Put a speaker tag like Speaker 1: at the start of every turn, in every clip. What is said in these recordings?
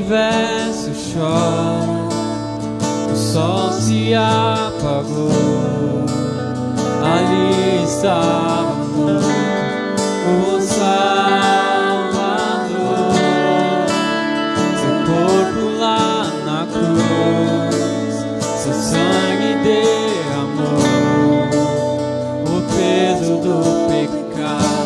Speaker 1: universo chora, o sol se apagou, ali estava morto o Salvador, seu corpo lá na cruz, seu sangue derramou o peso do pecado.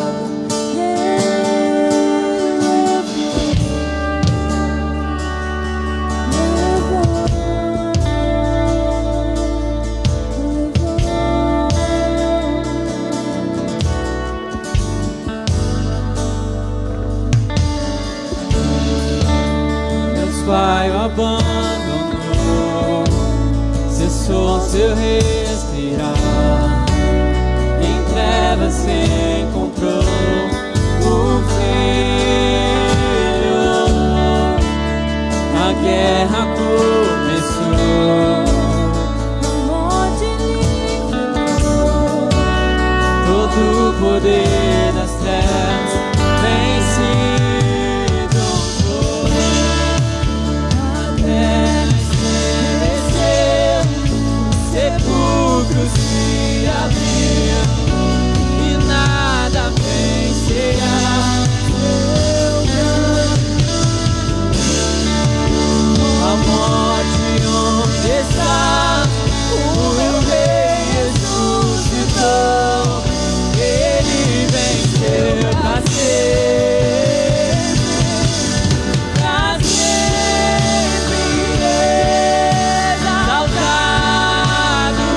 Speaker 1: Pai o abandonou, cessou seu respirar, em trevas se encontrou o Filho. A guerra começou, a morte livrou, todo o poder das trevas vencido. Sepulcros se abriam e nada vencerá. A morte onde está, o meu rei ressuscitou, ele venceu pra sempre, pra sempre exaltado.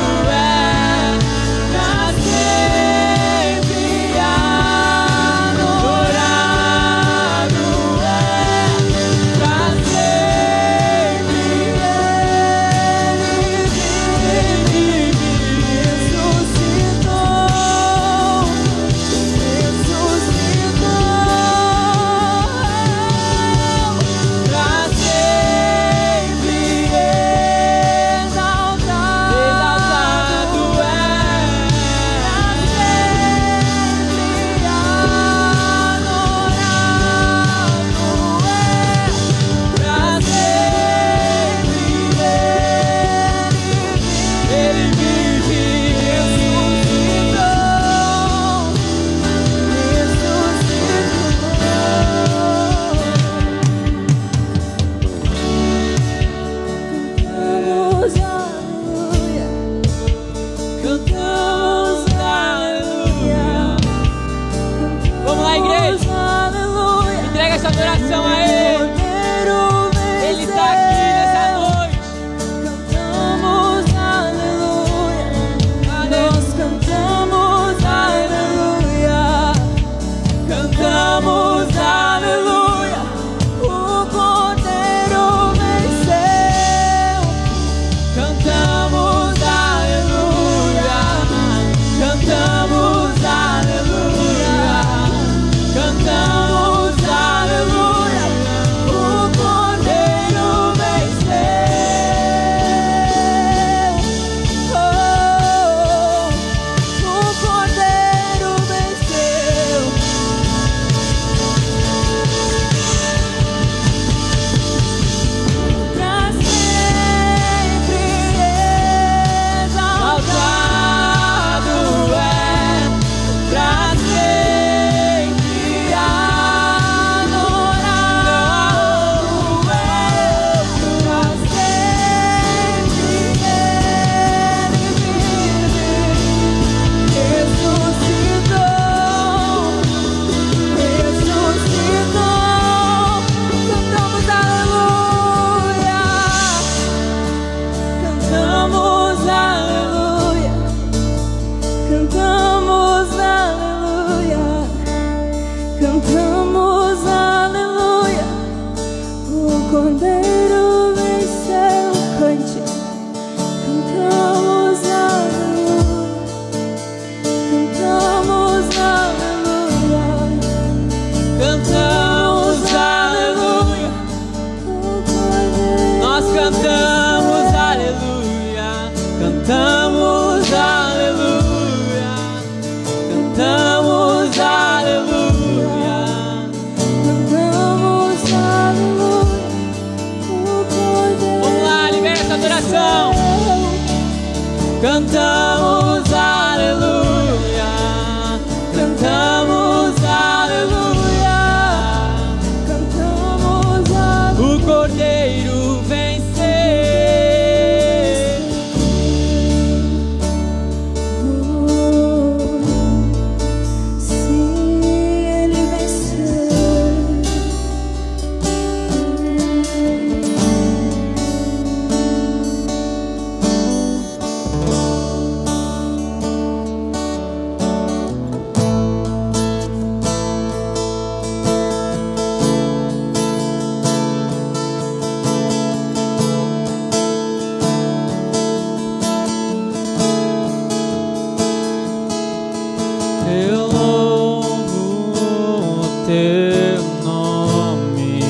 Speaker 1: teu nome,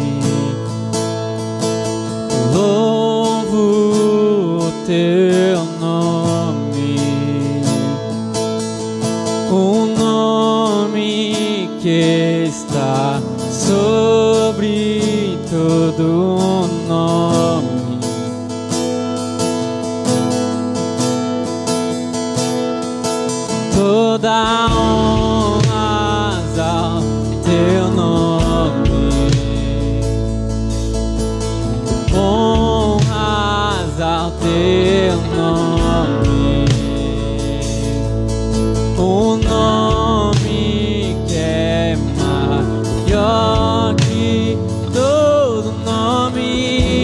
Speaker 1: louvo o teu nome, o nome que está sobre todo nome. Toda honra ao teu nome, honras ao teu nome, o nome que é maior que todo nome.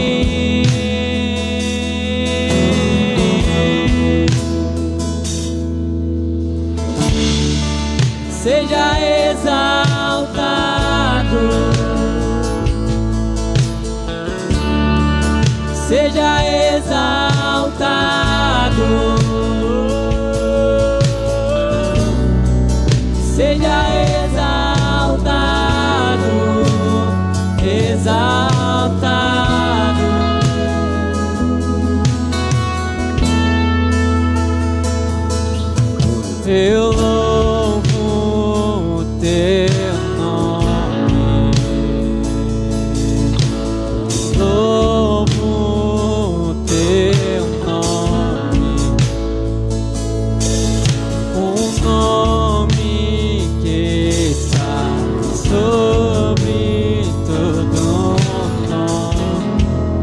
Speaker 1: Seja exaltado, seja exaltado, seja exaltado, exaltado. Eu louvo o teu nome, louvo o teu nome, o nome que está sobre todo nome.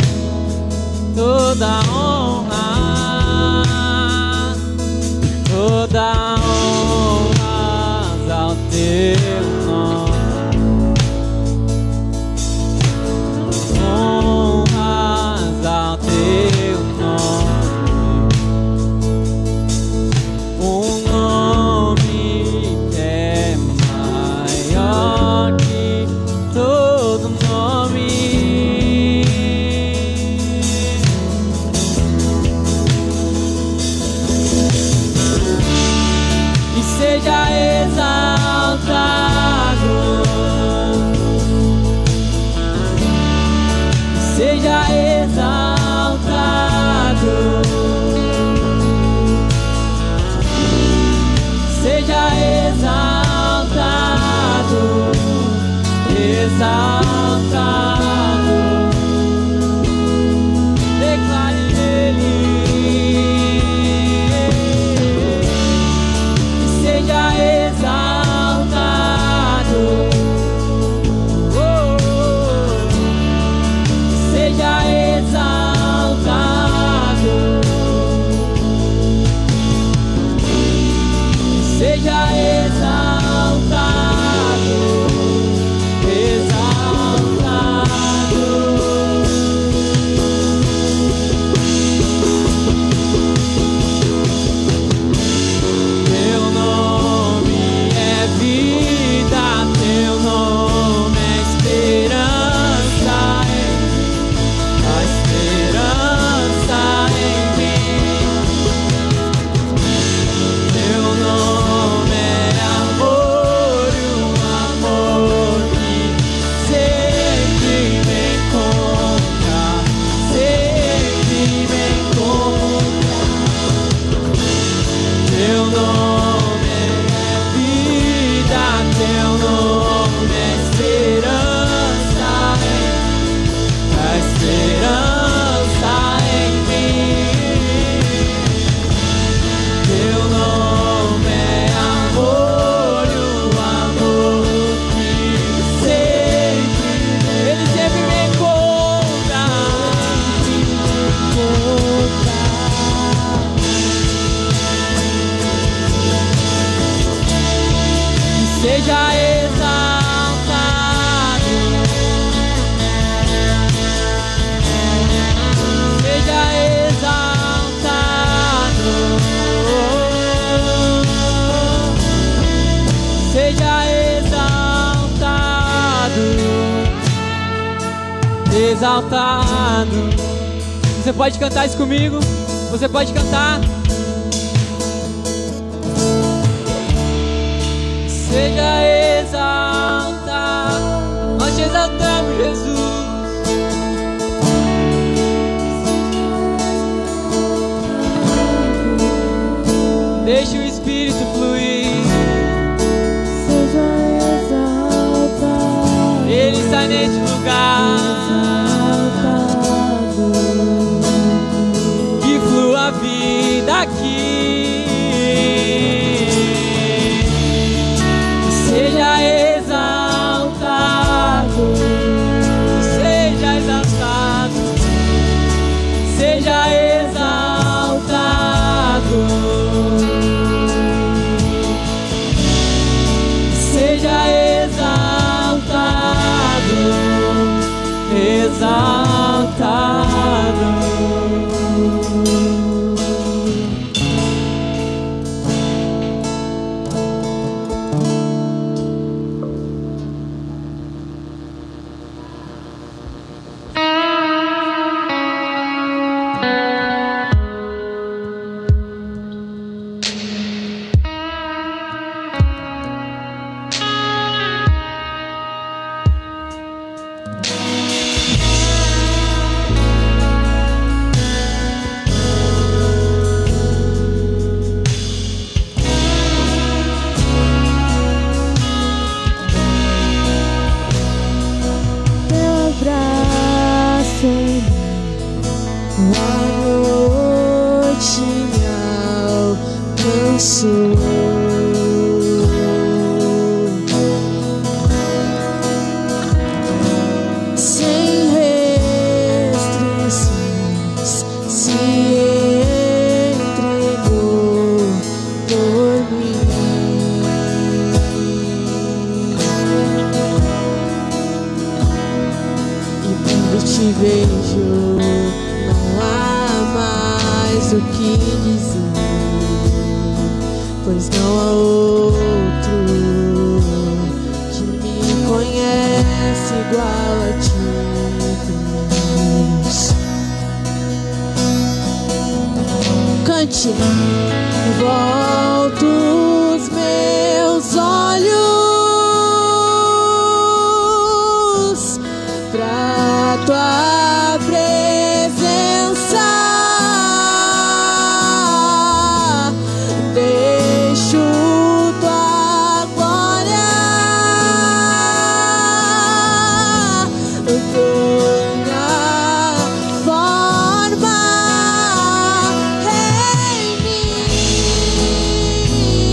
Speaker 1: Toda honra, toda honra ao teu nome, honras ao teu nome, um nome que é maior que todo nome. E seja exaltado, seja exaltado, seja exaltado, exaltado. Declare Ele. Seja exaltado, oh, seja exaltado, seja exaltado, exaltado. Teu nome é vida, teu nome é esperança, a esperança em mim. Teu nome é amor, um amor que sempre me encontra, sempre me encontra. Teu nome é vida, teu nome é esperança, a esperança em mim. Teu nome é amor, o amor que Ele sempre me encontra. Seja exaltado, seja exaltado, seja exaltado, exaltado. Você pode cantar isso comigo? Você pode cantar? Seja exaltado. Ele está neste lugar. Que flua a vida aqui. Seja exaltado. Seja exaltado. Seja exaltado. Seja exaltado, exaltado.
Speaker 2: Volto os meus olhos pra tua presença, deixo tua glória ganhar forma em mim.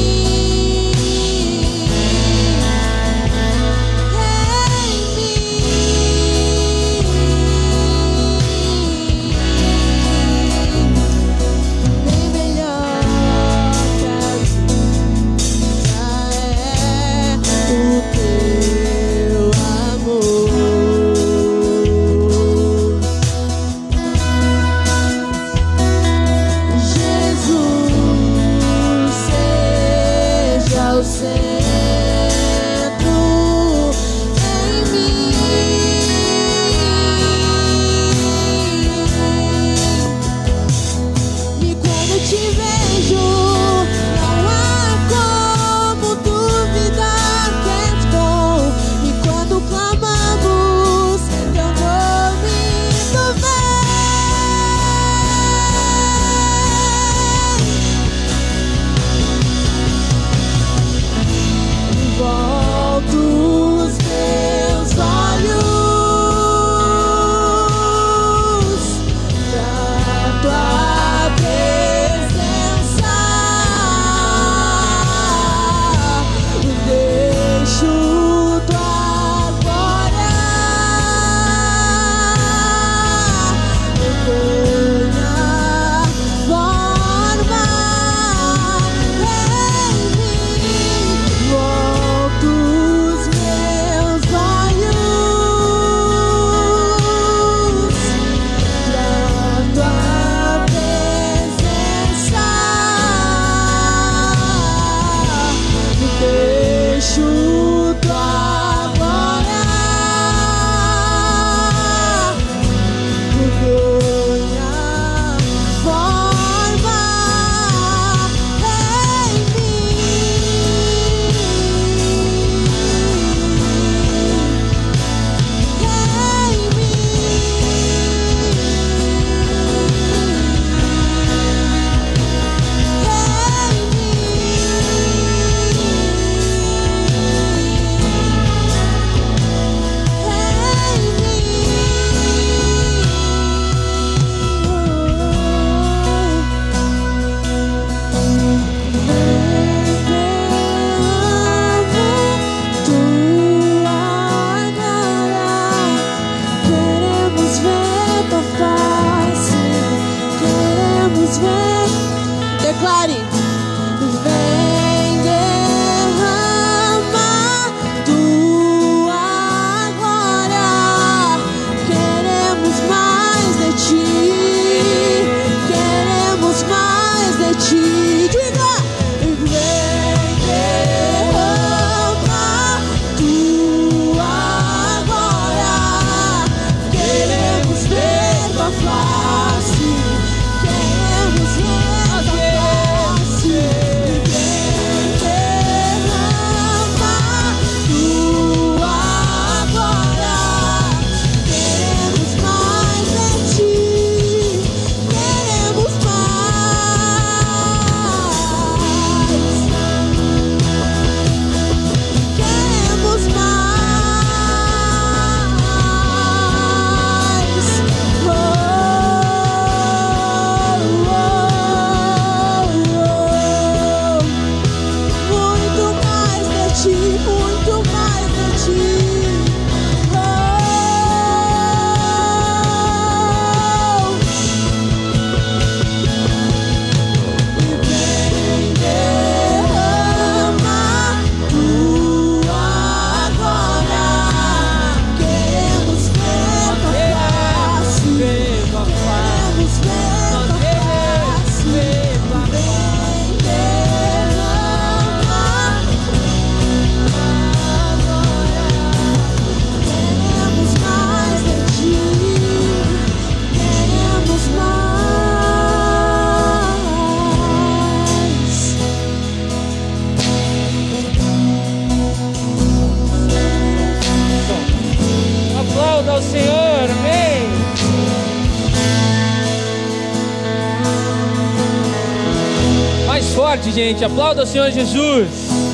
Speaker 1: forte, gente. Aplauda o Senhor Jesus.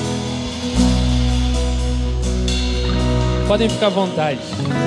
Speaker 1: Podem ficar à vontade.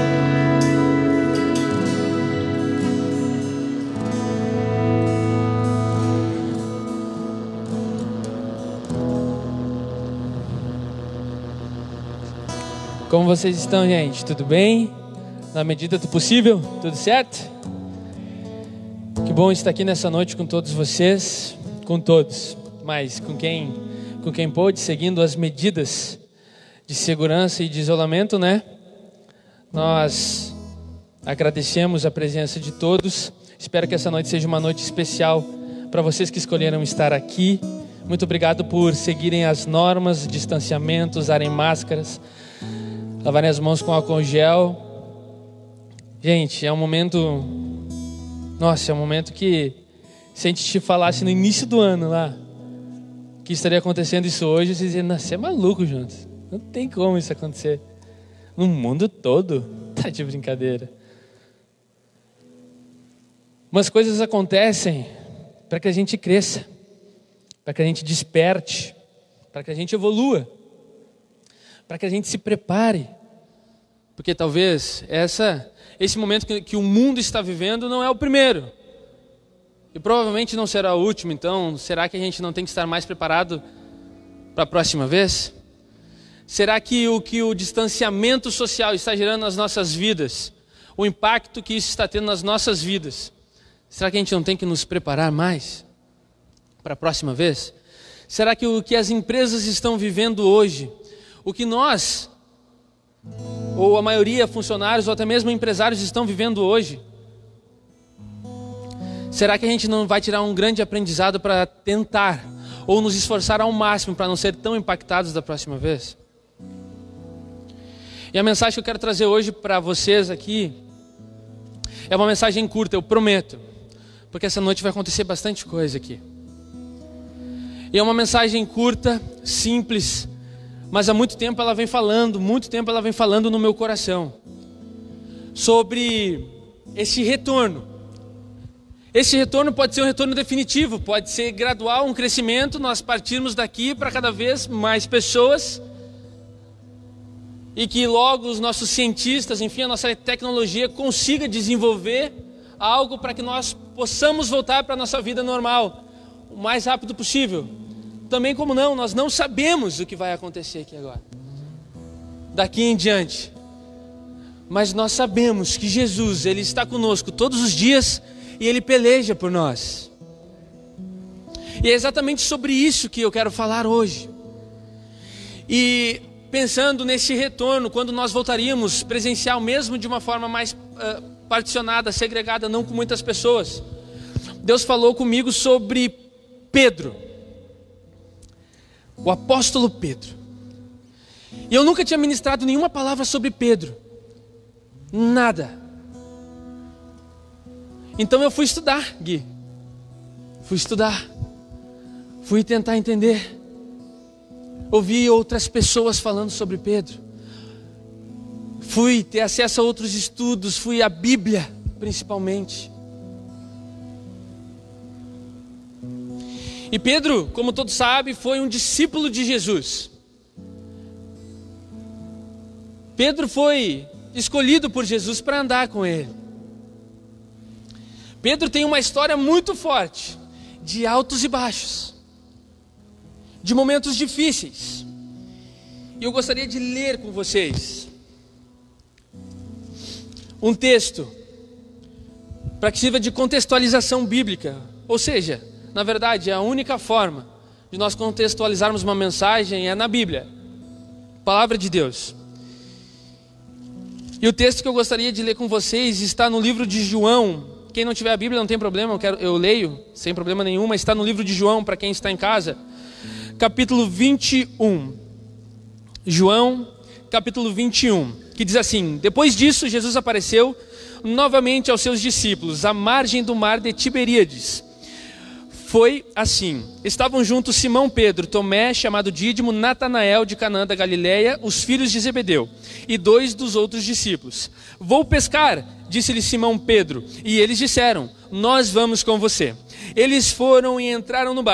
Speaker 1: Como vocês estão, gente? Tudo bem? Na medida do possível? Tudo certo? Que bom estar aqui nessa noite com todos vocês, com todos, mas com quem pôde, seguindo as medidas de segurança e de isolamento, né? Nós agradecemos a presença de todos. Espero que essa noite seja uma noite especial para vocês que escolheram estar aqui. Muito obrigado por seguirem as normas de distanciamento, usarem máscaras, lavarem as mãos com álcool gel. Gente, é um momento... Nossa, é um momento que, se a gente te falasse no início do ano lá, que estaria acontecendo isso hoje, vocês iam dizer, você é maluco, Juntos. Não tem como isso acontecer. No mundo todo, tá de brincadeira. Umas coisas acontecem para que a gente cresça, para que a gente desperte, para que a gente evolua, para que a gente se prepare. Porque talvez esse momento que o mundo está vivendo não é o primeiro. E provavelmente não será o último. Então, será que a gente não tem que estar mais preparado para a próxima vez? Será que o distanciamento social está gerando nas nossas vidas, o impacto que isso está tendo nas nossas vidas, será que a gente não tem que nos preparar mais para a próxima vez? Será que o que as empresas estão vivendo hoje, o que nós, ou a maioria, funcionários ou até mesmo empresários estão vivendo hoje, será que a gente não vai tirar um grande aprendizado para tentar ou nos esforçar ao máximo para não ser tão impactados da próxima vez? E a mensagem que eu quero trazer hoje para vocês aqui é uma mensagem curta, eu prometo, porque essa noite vai acontecer bastante coisa aqui. E é uma mensagem curta, simples, mas há muito tempo ela vem falando no meu coração sobre esse retorno. Esse retorno pode ser um retorno definitivo, pode ser gradual, um crescimento, nós partirmos daqui para cada vez mais pessoas e que logo os nossos cientistas, enfim, a nossa tecnologia consiga desenvolver algo para que nós possamos voltar para a nossa vida normal o mais rápido possível. Também como não, nós não sabemos o que vai acontecer aqui agora, daqui em diante. Mas nós sabemos que Jesus, Ele está conosco todos os dias e Ele peleja por nós. E é exatamente sobre isso que eu quero falar hoje. E pensando nesse retorno, quando nós voltaríamos presencial mesmo de uma forma mais particionada, segregada, não com muitas pessoas, Deus falou comigo sobre Pedro, o apóstolo Pedro. E eu nunca tinha ministrado nenhuma palavra sobre Pedro, nada. Então eu fui estudar, Gui, fui tentar entender. Ouvi outras pessoas falando sobre Pedro, fui ter acesso a outros estudos, fui à Bíblia principalmente. E Pedro, como todos sabem, foi um discípulo de Jesus. Pedro foi escolhido por Jesus para andar com ele. Pedro tem uma história muito forte, de altos e baixos, de momentos difíceis. E eu gostaria de ler com vocês um texto para que sirva de contextualização bíblica. Ou seja, na verdade, a única forma de nós contextualizarmos uma mensagem é na Bíblia, Palavra de Deus. E o texto que eu gostaria de ler com vocês está no livro de João. Quem não tiver a Bíblia não tem problema, eu leio sem problema nenhum, mas está no livro de João para quem está em casa. Capítulo 21, João, capítulo 21, que diz assim: depois disso, Jesus apareceu novamente aos seus discípulos, à margem do mar de Tiberíades. Foi assim: estavam juntos Simão Pedro, Tomé, chamado Dídimo, Natanael de Canaã da Galileia, os filhos de Zebedeu, e 2 dos outros discípulos. Vou pescar, disse-lhe Simão Pedro, e eles disseram: nós vamos com você. Eles foram e entraram no barco,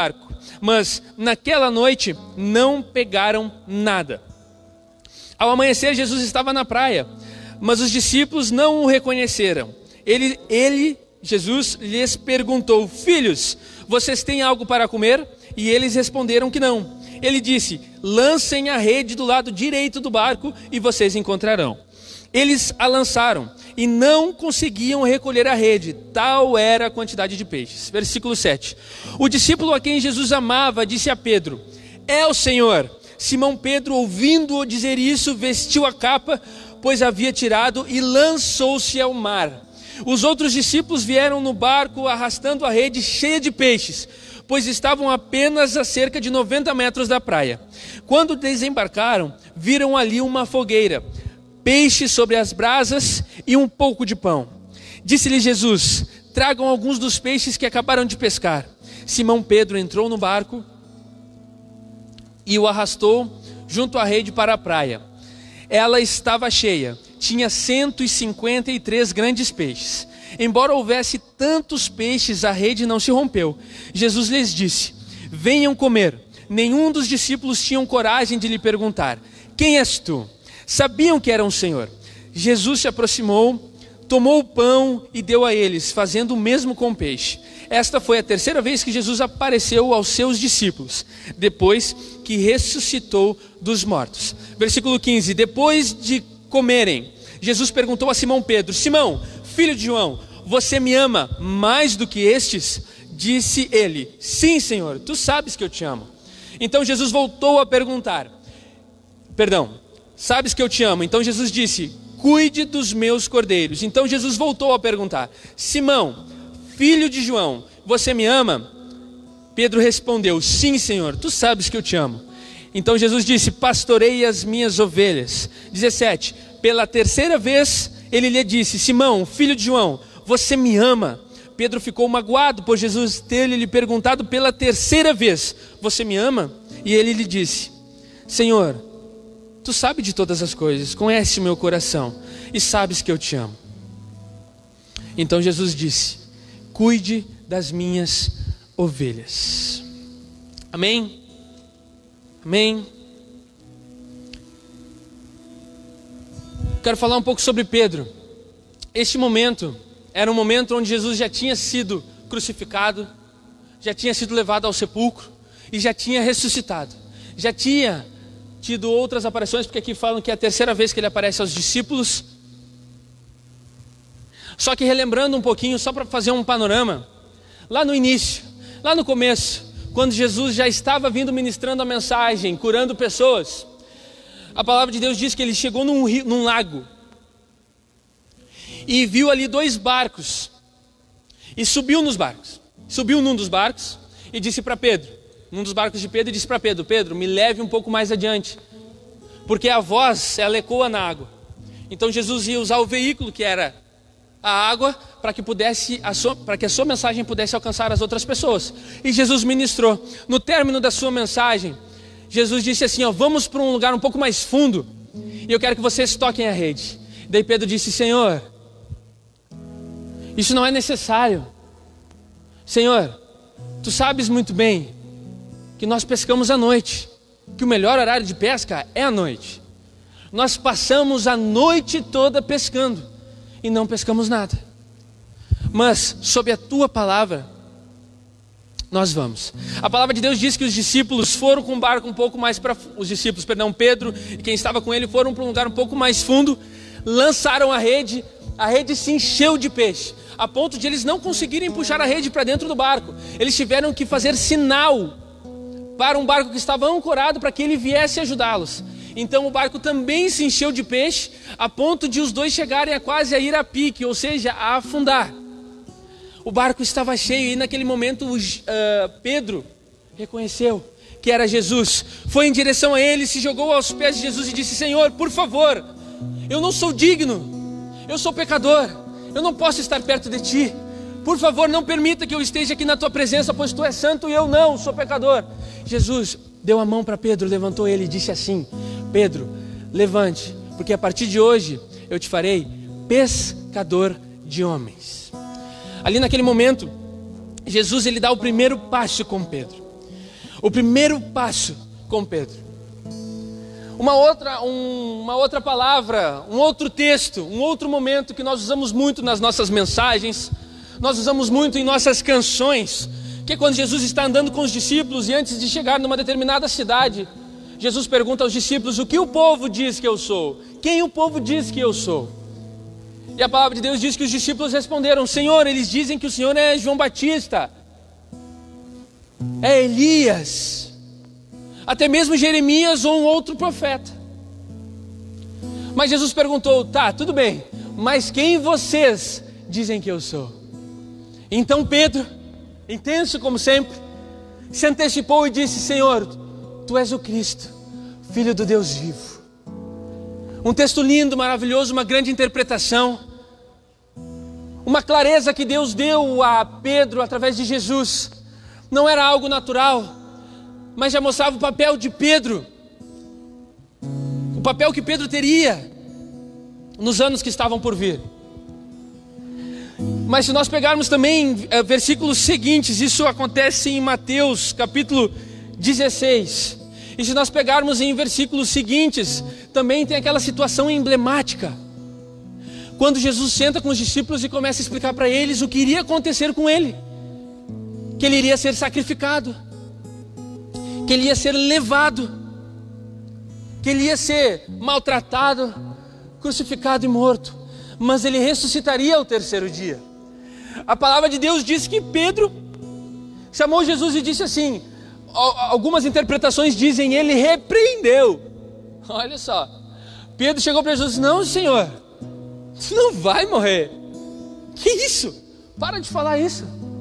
Speaker 1: mas naquela noite não pegaram nada. Ao amanhecer, Jesus estava na praia, mas os discípulos não o reconheceram. Jesus lhes perguntou: filhos, vocês têm algo para comer? E eles responderam que não. Ele disse: lancem a rede do lado direito do barco e vocês encontrarão. Eles a lançaram e não conseguiam recolher a rede, tal era a quantidade de peixes. Versículo 7. O discípulo a quem Jesus amava disse a Pedro: é o Senhor. Simão Pedro, ouvindo-o dizer isso, vestiu a capa, pois havia tirado, e lançou-se ao mar. Os outros discípulos vieram no barco arrastando a rede cheia de peixes, pois estavam apenas a cerca de 90 metros da praia. Quando desembarcaram, viram ali uma fogueira, peixe sobre as brasas e um pouco de pão. Disse-lhe Jesus: tragam alguns dos peixes que acabaram de pescar. Simão Pedro entrou no barco e o arrastou junto à rede para a praia. Ela estava cheia, tinha 153 grandes peixes. Embora houvesse tantos peixes, a rede não se rompeu. Jesus lhes disse: venham comer. Nenhum dos discípulos tinham coragem de lhe perguntar: quem és tu? Sabiam que era um Senhor. Jesus se aproximou, tomou o pão e deu a eles, fazendo o mesmo com o peixe. Esta foi a terceira vez que Jesus apareceu aos seus discípulos, depois que ressuscitou dos mortos. Versículo 15. Depois de comerem, Jesus perguntou a Simão Pedro: Simão, filho de João, você me ama mais do que estes? Disse ele: sim, Senhor, tu sabes que eu te amo. Então Jesus voltou a perguntar: sabes que eu te amo? Então Jesus disse: cuide dos meus cordeiros. Então Jesus voltou a perguntar: Simão, filho de João, você me ama? Pedro respondeu: sim, Senhor, tu sabes que eu te amo. Então Jesus disse: pastorei as minhas ovelhas. 17. Pela terceira vez ele lhe disse: Simão, filho de João, você me ama? Pedro ficou magoado por Jesus ter lhe perguntado pela terceira vez: você me ama? E ele lhe disse: Senhor, tu sabes de todas as coisas, conhece o meu coração e sabes que eu te amo. Então Jesus disse: cuide das minhas ovelhas. Amém? Amém? Quero falar um pouco sobre Pedro. Este momento era um momento onde Jesus já tinha sido crucificado, já tinha sido levado ao sepulcro e já tinha ressuscitado. Já tinha tido outras aparições, porque aqui falam que é a terceira vez que ele aparece aos discípulos. Só que relembrando um pouquinho, só para fazer um panorama, lá no início, lá no começo, quando Jesus já estava vindo ministrando a mensagem, curando pessoas, a palavra de Deus diz que ele chegou num lago e viu ali 2 barcos e subiu num dos barcos e disse para Pedro, num dos barcos de Pedro, e disse para Pedro: Pedro, me leve um pouco mais adiante, porque a voz, ela ecoa na água. Então Jesus ia usar o veículo que era a água para que a sua mensagem pudesse alcançar as outras pessoas. E Jesus ministrou. No término da sua mensagem, Jesus disse assim: vamos para um lugar um pouco mais fundo e eu quero que vocês toquem a rede. Daí Pedro disse: Senhor, isso não é necessário. Senhor, tu sabes muito bem que nós pescamos à noite, que o melhor horário de pesca é à noite. Nós passamos a noite toda pescando e não pescamos nada. Mas sob a tua palavra nós vamos. A palavra de Deus diz que os discípulos foram com o barco um pouco mais para... Pedro e quem estava com ele foram para um lugar um pouco mais fundo, lançaram a rede se encheu de peixe, a ponto de eles não conseguirem puxar a rede para dentro do barco. Eles tiveram que fazer sinal para um barco que estava ancorado para que ele viesse ajudá-los. Então o barco também se encheu de peixe, a ponto de os dois chegarem a quase a ir a pique, ou seja, a afundar. O barco estava cheio e naquele momento Pedro reconheceu que era Jesus. Foi em direção a ele, se jogou aos pés de Jesus e disse: Senhor, por favor, eu não sou digno, eu sou pecador, eu não posso estar perto de ti. Por favor, não permita que eu esteja aqui na tua presença, pois tu és santo e eu não, sou pecador. Jesus deu a mão para Pedro, levantou ele e disse assim: Pedro, levante, porque a partir de hoje eu te farei pescador de homens. Ali naquele momento, Jesus ele dá o primeiro passo com Pedro. O primeiro passo com Pedro. Uma outra palavra, um outro texto, um outro momento que nós usamos muito nas nossas mensagens, nós usamos muito em nossas canções, que é quando Jesus está andando com os discípulos e antes de chegar numa determinada cidade, Jesus pergunta aos discípulos: o que o povo diz que eu sou? Quem o povo diz que eu sou? E a palavra de Deus diz que os discípulos responderam: Senhor, eles dizem que o Senhor é João Batista, é Elias, até mesmo Jeremias ou um outro profeta. Mas Jesus perguntou: tá, tudo bem, mas quem vocês dizem que eu sou? Então Pedro, intenso como sempre, se antecipou e disse: Senhor, Tu és o Cristo, Filho do Deus vivo. Um texto lindo, maravilhoso, uma grande interpretação, uma clareza que Deus deu a Pedro através de Jesus. Não era algo natural, mas já mostrava o papel de Pedro, o papel que Pedro teria nos anos que estavam por vir. Mas se nós pegarmos também versículos seguintes, isso acontece em Mateus capítulo 16. E se nós pegarmos em versículos seguintes, também tem aquela situação emblemática, quando Jesus senta com os discípulos e começa a explicar para eles o que iria acontecer com ele, que ele iria ser sacrificado, que ele ia ser levado, que ele ia ser maltratado, crucificado e morto, mas ele ressuscitaria ao terceiro dia. A palavra de Deus diz que Pedro chamou Jesus e disse assim, algumas interpretações dizem, ele repreendeu. Olha só, Pedro chegou para Jesus: não, Senhor, tu não vai morrer. Que isso? Para de falar isso.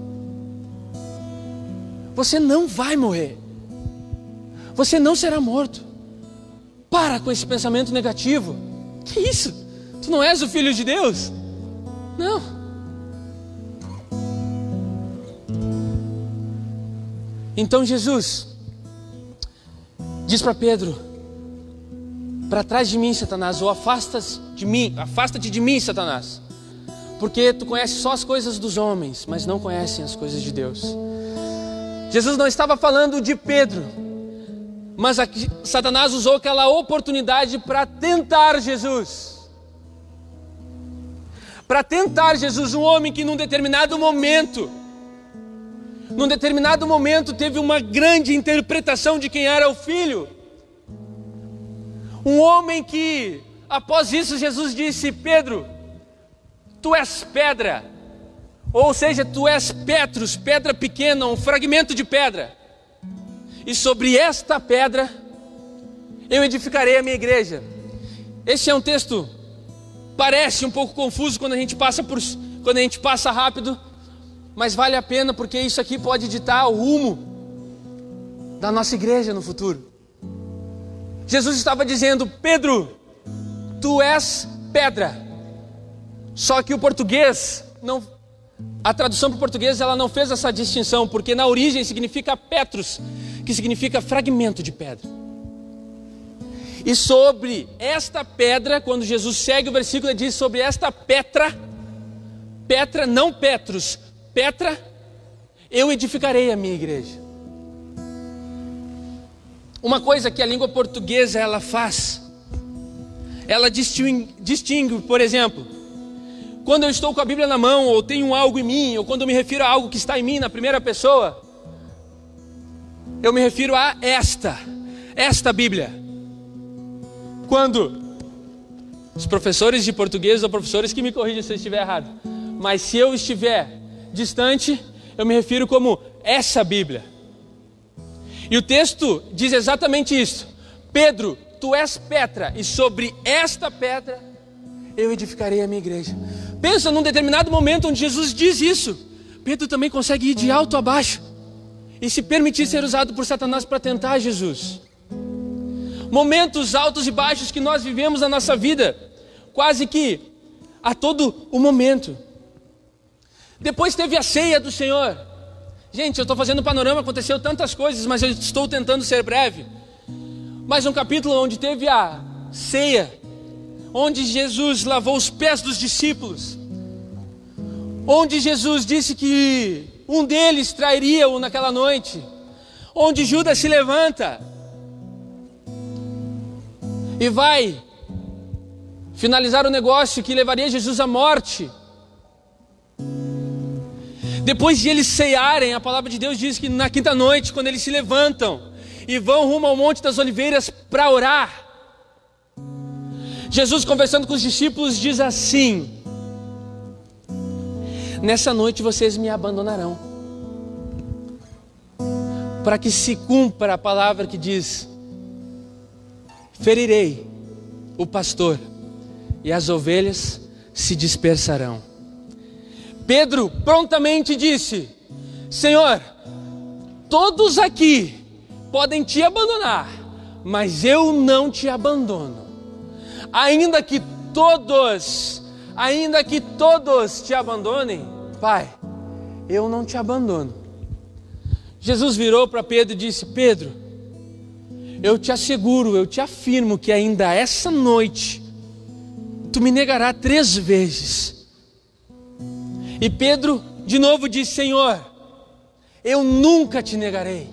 Speaker 1: Você não vai morrer. Você não será morto. Para com esse pensamento negativo. Que isso? Tu não és o Filho de Deus? Não. Então Jesus diz para Pedro: para trás de mim, Satanás, ou afasta-te de mim, Satanás, porque tu conheces só as coisas dos homens, mas não conhecem as coisas de Deus. Jesus não estava falando de Pedro, mas aqui, Satanás usou aquela oportunidade para tentar Jesus. Para tentar Jesus, um homem que num determinado momento teve uma grande interpretação de quem era o Filho. Um homem que, após isso, Jesus disse: Pedro, tu és pedra, ou seja, tu és Petros, pedra pequena, um fragmento de pedra, e sobre esta pedra eu edificarei a minha igreja. Esse é um texto, parece um pouco confuso quando a gente passa rápido, mas vale a pena, porque isso aqui pode ditar o rumo da nossa igreja no futuro. Jesus estava dizendo: Pedro, tu és pedra. Só que o português, a tradução para o português, ela não fez essa distinção, porque na origem significa Petros, que significa fragmento de pedra. E sobre esta pedra, quando Jesus segue o versículo, ele diz: sobre esta Petra, não Petros, Petra, eu edificarei a minha igreja. Uma coisa que a língua portuguesa ela faz, ela distingue, por exemplo, quando eu estou com a Bíblia na mão, ou tenho algo em mim, ou quando eu me refiro a algo que está em mim na primeira pessoa, eu me refiro a esta Bíblia. Quando os professores de português, ou professores que me corrigem se eu estiver errado, mas se eu estiver distante, eu me refiro como essa Bíblia. E o texto diz exatamente isso: Pedro, tu és Petra, e sobre esta pedra eu edificarei a minha igreja. Pensa num determinado momento onde Jesus diz isso, Pedro também consegue ir de alto a baixo e se permitir ser usado por Satanás para tentar Jesus. Momentos altos e baixos que nós vivemos na nossa vida, quase que a todo o momento. Depois teve a ceia do Senhor. Gente, eu estou fazendo um panorama, aconteceu tantas coisas, mas eu estou tentando ser breve. Mais um capítulo onde teve a ceia, onde Jesus lavou os pés dos discípulos, onde Jesus disse que um deles trairia-o naquela noite, onde Judas se levanta e vai finalizar o negócio que levaria Jesus à morte. Depois de eles cearem, a palavra de Deus diz que na quinta noite, quando eles se levantam e vão rumo ao Monte das Oliveiras para orar, Jesus, conversando com os discípulos, diz assim: nessa noite vocês me abandonarão, para que se cumpra a palavra que diz: ferirei o pastor e as ovelhas se dispersarão. Pedro prontamente disse: Senhor, todos aqui podem te abandonar, mas eu não te abandono. Ainda que todos te abandonem, Pai, eu não te abandono. Jesus virou para Pedro e disse: Pedro, eu te asseguro, eu te afirmo que ainda essa noite tu me negarás 3 vezes. E Pedro de novo disse: Senhor, eu nunca te negarei.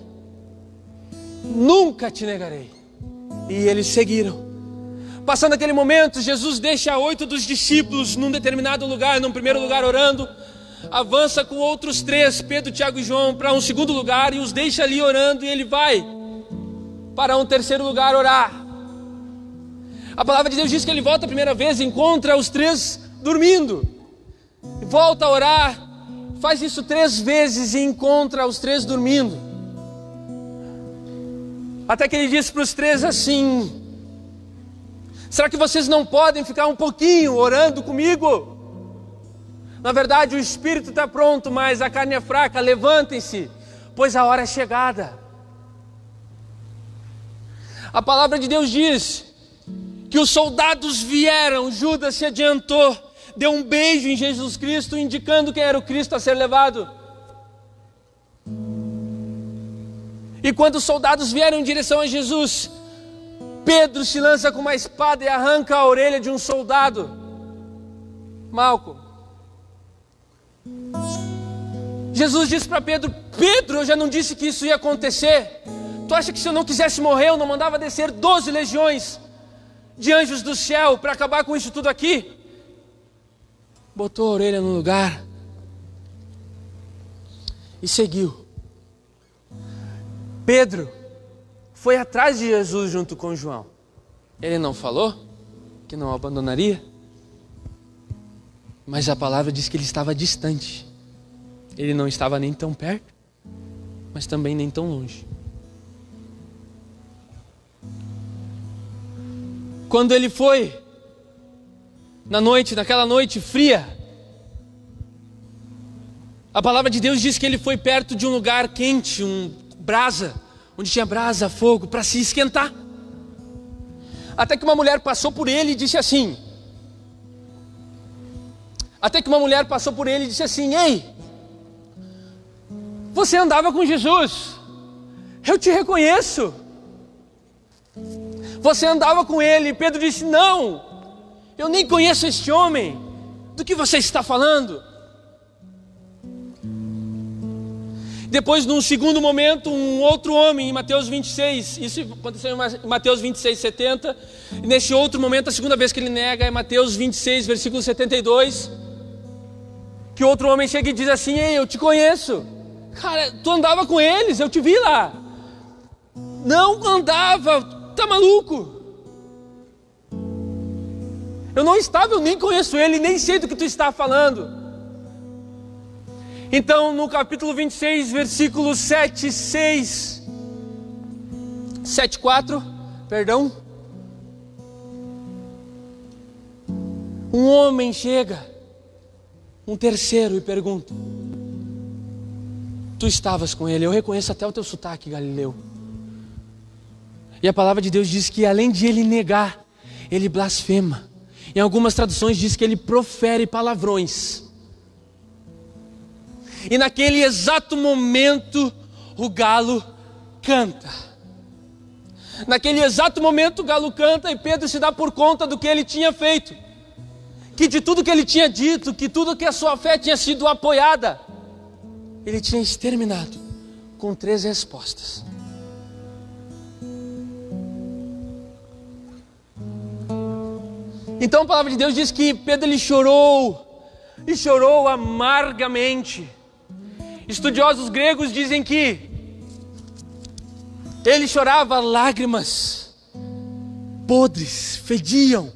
Speaker 1: Nunca te negarei. E eles seguiram. Passando aquele momento, Jesus deixa 8 dos discípulos num determinado lugar, num primeiro lugar orando, avança com outros 3, Pedro, Tiago e João, para um segundo lugar e os deixa ali orando, e ele vai para um terceiro lugar orar. A palavra de Deus diz que ele volta a primeira vez, encontra os 3 dormindo, volta a orar, faz isso 3 vezes e encontra os 3 dormindo. Até que ele disse para os 3 assim: será que vocês não podem ficar um pouquinho orando comigo? Na verdade o espírito está pronto, mas a carne é fraca. Levantem-se, pois a hora é chegada. A palavra de Deus diz que os soldados vieram, Judas se adiantou, deu um beijo em Jesus Cristo, indicando quem era o Cristo a ser levado. E quando os soldados vieram em direção a Jesus, Pedro se lança com uma espada e arranca a orelha de um soldado. Malco, Jesus disse para Pedro: Pedro, eu já não disse que isso ia acontecer? Tu acha que se eu não quisesse morrer, eu não mandava descer 12 legiões de anjos do céu para acabar com isso tudo aqui? Botou a orelha no lugar e seguiu. Pedro foi atrás de Jesus junto com João. Ele não falou que não o abandonaria, mas a palavra diz que ele estava distante. Ele não estava nem tão perto, mas também nem tão longe. Quando ele foi naquela noite fria, a palavra de Deus diz que ele foi perto de um lugar quente, onde tinha brasa, fogo, para se esquentar. Até que uma mulher passou por ele e disse assim: ei, você andava com Jesus, eu te reconheço. Você andava com ele. E Pedro disse: não, eu nem conheço este homem. Do que você está falando? Depois, num segundo momento, um outro homem, em Mateus 26, isso aconteceu em Mateus 26, 70. E nesse outro momento, a segunda vez que ele nega é Mateus 26, versículo 72. Que outro homem chega e diz assim: ei, eu te conheço. Cara, tu andava com eles, eu te vi lá. Não andava, tá maluco? Eu não estava, eu nem conheço ele, nem sei do que tu está falando. Então, no capítulo 26, versículo 7:4, um homem chega, um terceiro, e pergunta: tu estavas com ele? Eu reconheço até o teu sotaque, Galileu. E a palavra de Deus diz que além de ele negar, ele blasfema. Em algumas traduções diz que ele profere palavrões. E naquele exato momento o galo canta. Naquele exato momento o galo canta e Pedro se dá por conta do que ele tinha feito. Que de tudo que ele tinha dito, que tudo que a sua fé tinha sido apoiada, ele tinha exterminado com 3 respostas. Então a palavra de Deus diz que Pedro ele chorou, e chorou amargamente. Estudiosos gregos dizem que ele chorava lágrimas podres, fediam.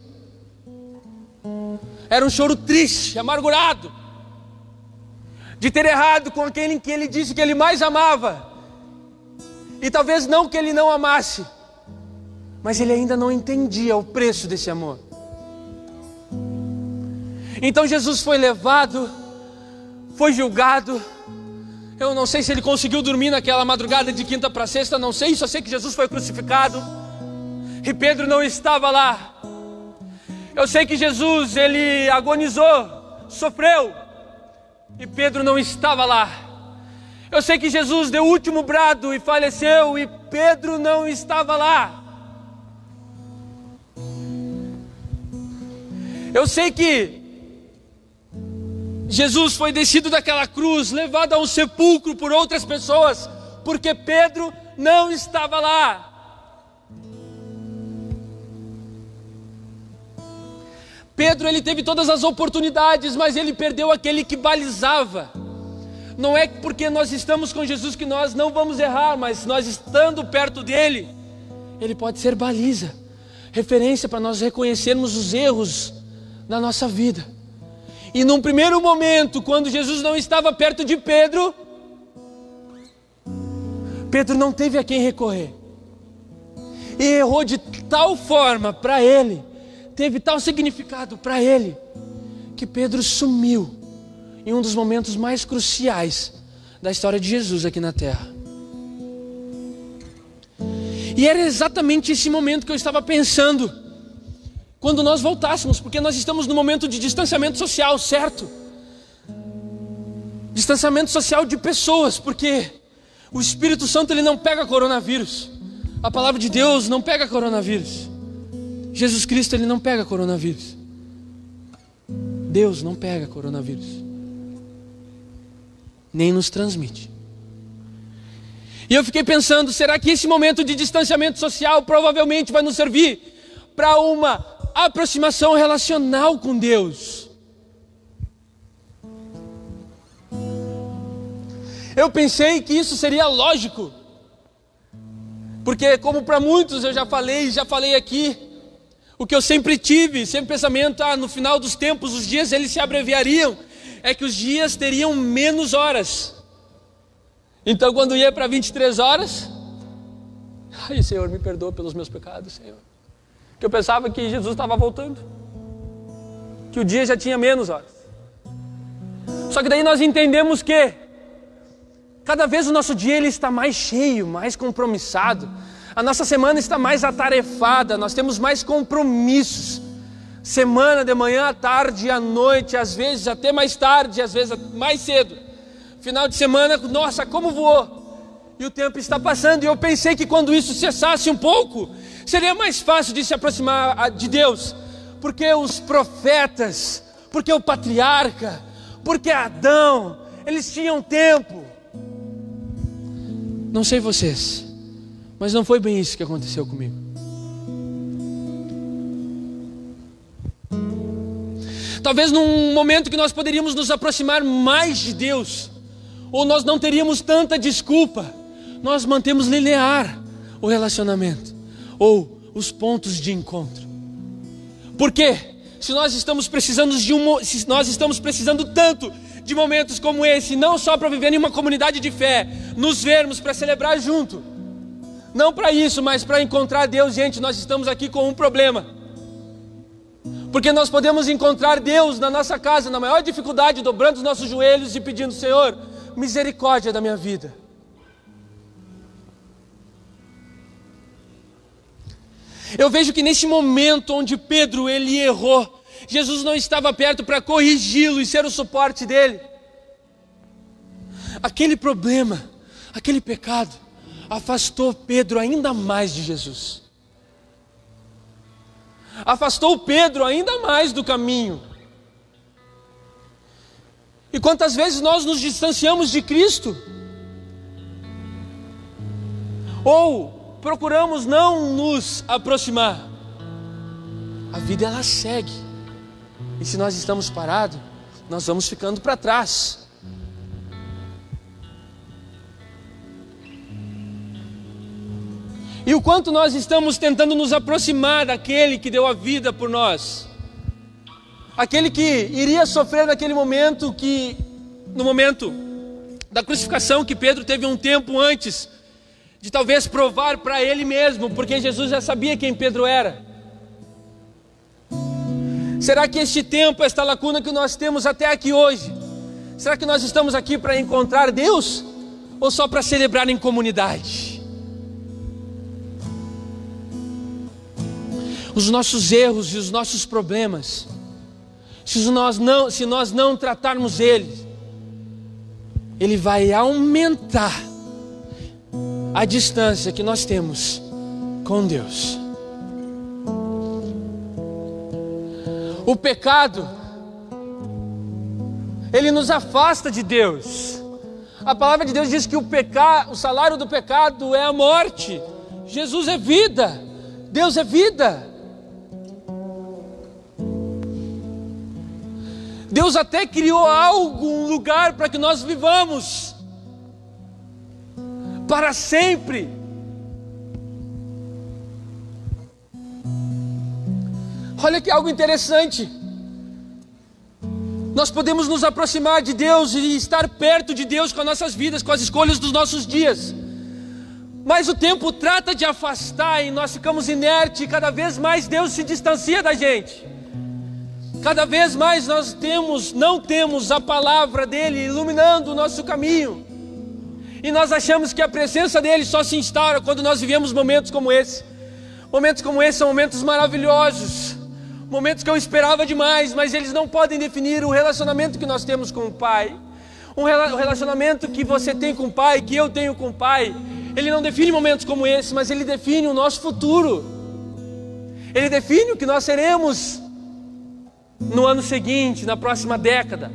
Speaker 1: Era um choro triste, amargurado, de ter errado com aquele que ele disse que ele mais amava. E talvez não que ele não amasse, mas ele ainda não entendia o preço desse amor. Então Jesus foi levado, foi julgado. Eu não sei se ele conseguiu dormir naquela madrugada de quinta para sexta, não sei, só sei que Jesus foi crucificado e Pedro não estava lá. Eu sei que Jesus, ele agonizou, sofreu, e Pedro não estava lá. Eu sei que Jesus deu o último brado e faleceu, e Pedro não estava lá. Eu sei que Jesus foi descido daquela cruz, levado a um sepulcro por outras pessoas, porque Pedro não estava lá. Pedro, ele teve todas as oportunidades, mas ele perdeu aquele que balizava. Não é porque nós estamos com Jesus que nós não vamos errar, mas nós estando perto dele, ele pode ser baliza, referência para nós reconhecermos os erros na nossa vida. E num primeiro momento, quando Jesus não estava perto de Pedro, Pedro não teve a quem recorrer. E errou de tal forma para ele, teve tal significado para ele, que Pedro sumiu em um dos momentos mais cruciais da história de Jesus aqui na terra. E era exatamente esse momento que eu estava pensando, quando nós voltássemos, porque nós estamos no momento de distanciamento social, certo? Distanciamento social de pessoas, porque o Espírito Santo ele não pega coronavírus, a palavra de Deus não pega coronavírus, Jesus Cristo ele não pega coronavírus, Deus não pega coronavírus, nem nos transmite. E eu fiquei pensando, será que esse momento de distanciamento social provavelmente vai nos servir para uma aproximação relacional com Deus? Eu pensei que isso seria lógico, porque como para muitos eu já falei aqui, o que eu sempre tive, sempre pensamento, no final dos tempos os dias eles se abreviariam, é que os dias teriam menos horas. Então quando ia para 23 horas, ai Senhor, me perdoa pelos meus pecados, Senhor, que eu pensava que Jesus estava voltando, que o dia já tinha menos horas. Só que daí nós entendemos que cada vez o nosso dia ele está mais cheio, mais compromissado. A nossa semana está mais atarefada, nós temos mais compromissos. Semana de manhã à tarde, à noite, às vezes até mais tarde, às vezes mais cedo. Final de semana, nossa, como voou. E o tempo está passando, e eu pensei que quando isso cessasse um pouco, seria mais fácil de se aproximar de Deus. Porque os profetas, porque o patriarca, porque Adão, eles tinham tempo. Não sei vocês, mas não foi bem isso que aconteceu comigo. Talvez num momento que nós poderíamos nos aproximar mais de Deus, ou nós não teríamos tanta desculpa, nós mantemos linear o relacionamento, ou os pontos de encontro. Por quê? Se nós estamos precisando tanto de momentos como esse, não só para viver em uma comunidade de fé, nos vermos para celebrar junto, não para isso, mas para encontrar Deus. Gente, nós estamos aqui com um problema, porque nós podemos encontrar Deus na nossa casa, na maior dificuldade, dobrando os nossos joelhos e pedindo: Senhor, misericórdia da minha vida. Eu vejo que nesse momento onde Pedro ele errou, Jesus não estava perto para corrigi-lo e ser o suporte dele. Aquele problema, aquele pecado, afastou Pedro ainda mais de Jesus. Afastou Pedro ainda mais do caminho. E quantas vezes nós nos distanciamos de Cristo? Ou procuramos não nos aproximar? a vida ela segue. E se nós estamos parados, nós vamos ficando para trás. E o quanto nós estamos tentando nos aproximar daquele que deu a vida por nós. Aquele que iria sofrer naquele momento no momento da crucificação, que Pedro teve um tempo antes de talvez provar para ele mesmo, porque Jesus já sabia quem Pedro era. Será que este tempo, esta lacuna que nós temos até aqui hoje, será que nós estamos aqui para encontrar Deus ou só para celebrar em comunidade? Os nossos erros e os nossos problemas, se nós não tratarmos eles, ele vai aumentar a distância que nós temos com Deus. O pecado, ele nos afasta de Deus. A palavra de Deus diz que o salário do pecado é a morte. Jesus é vida, Deus é vida. Deus até criou um lugar para que nós vivamos para sempre. Olha que algo interessante. Nós podemos nos aproximar de Deus e estar perto de Deus com as nossas vidas, com as escolhas dos nossos dias. Mas o tempo trata de afastar e nós ficamos inertes e cada vez mais Deus se distancia da gente. Cada vez mais nós não temos a palavra dele iluminando o nosso caminho. E nós achamos que a presença dele só se instaura quando nós vivemos momentos como esse. Momentos como esse são momentos maravilhosos. Momentos que eu esperava demais, mas eles não podem definir o relacionamento que nós temos com o Pai. O relacionamento que você tem com o Pai, que eu tenho com o Pai, ele não define momentos como esse, mas ele define o nosso futuro. Ele define o que nós seremos no ano seguinte, na próxima década,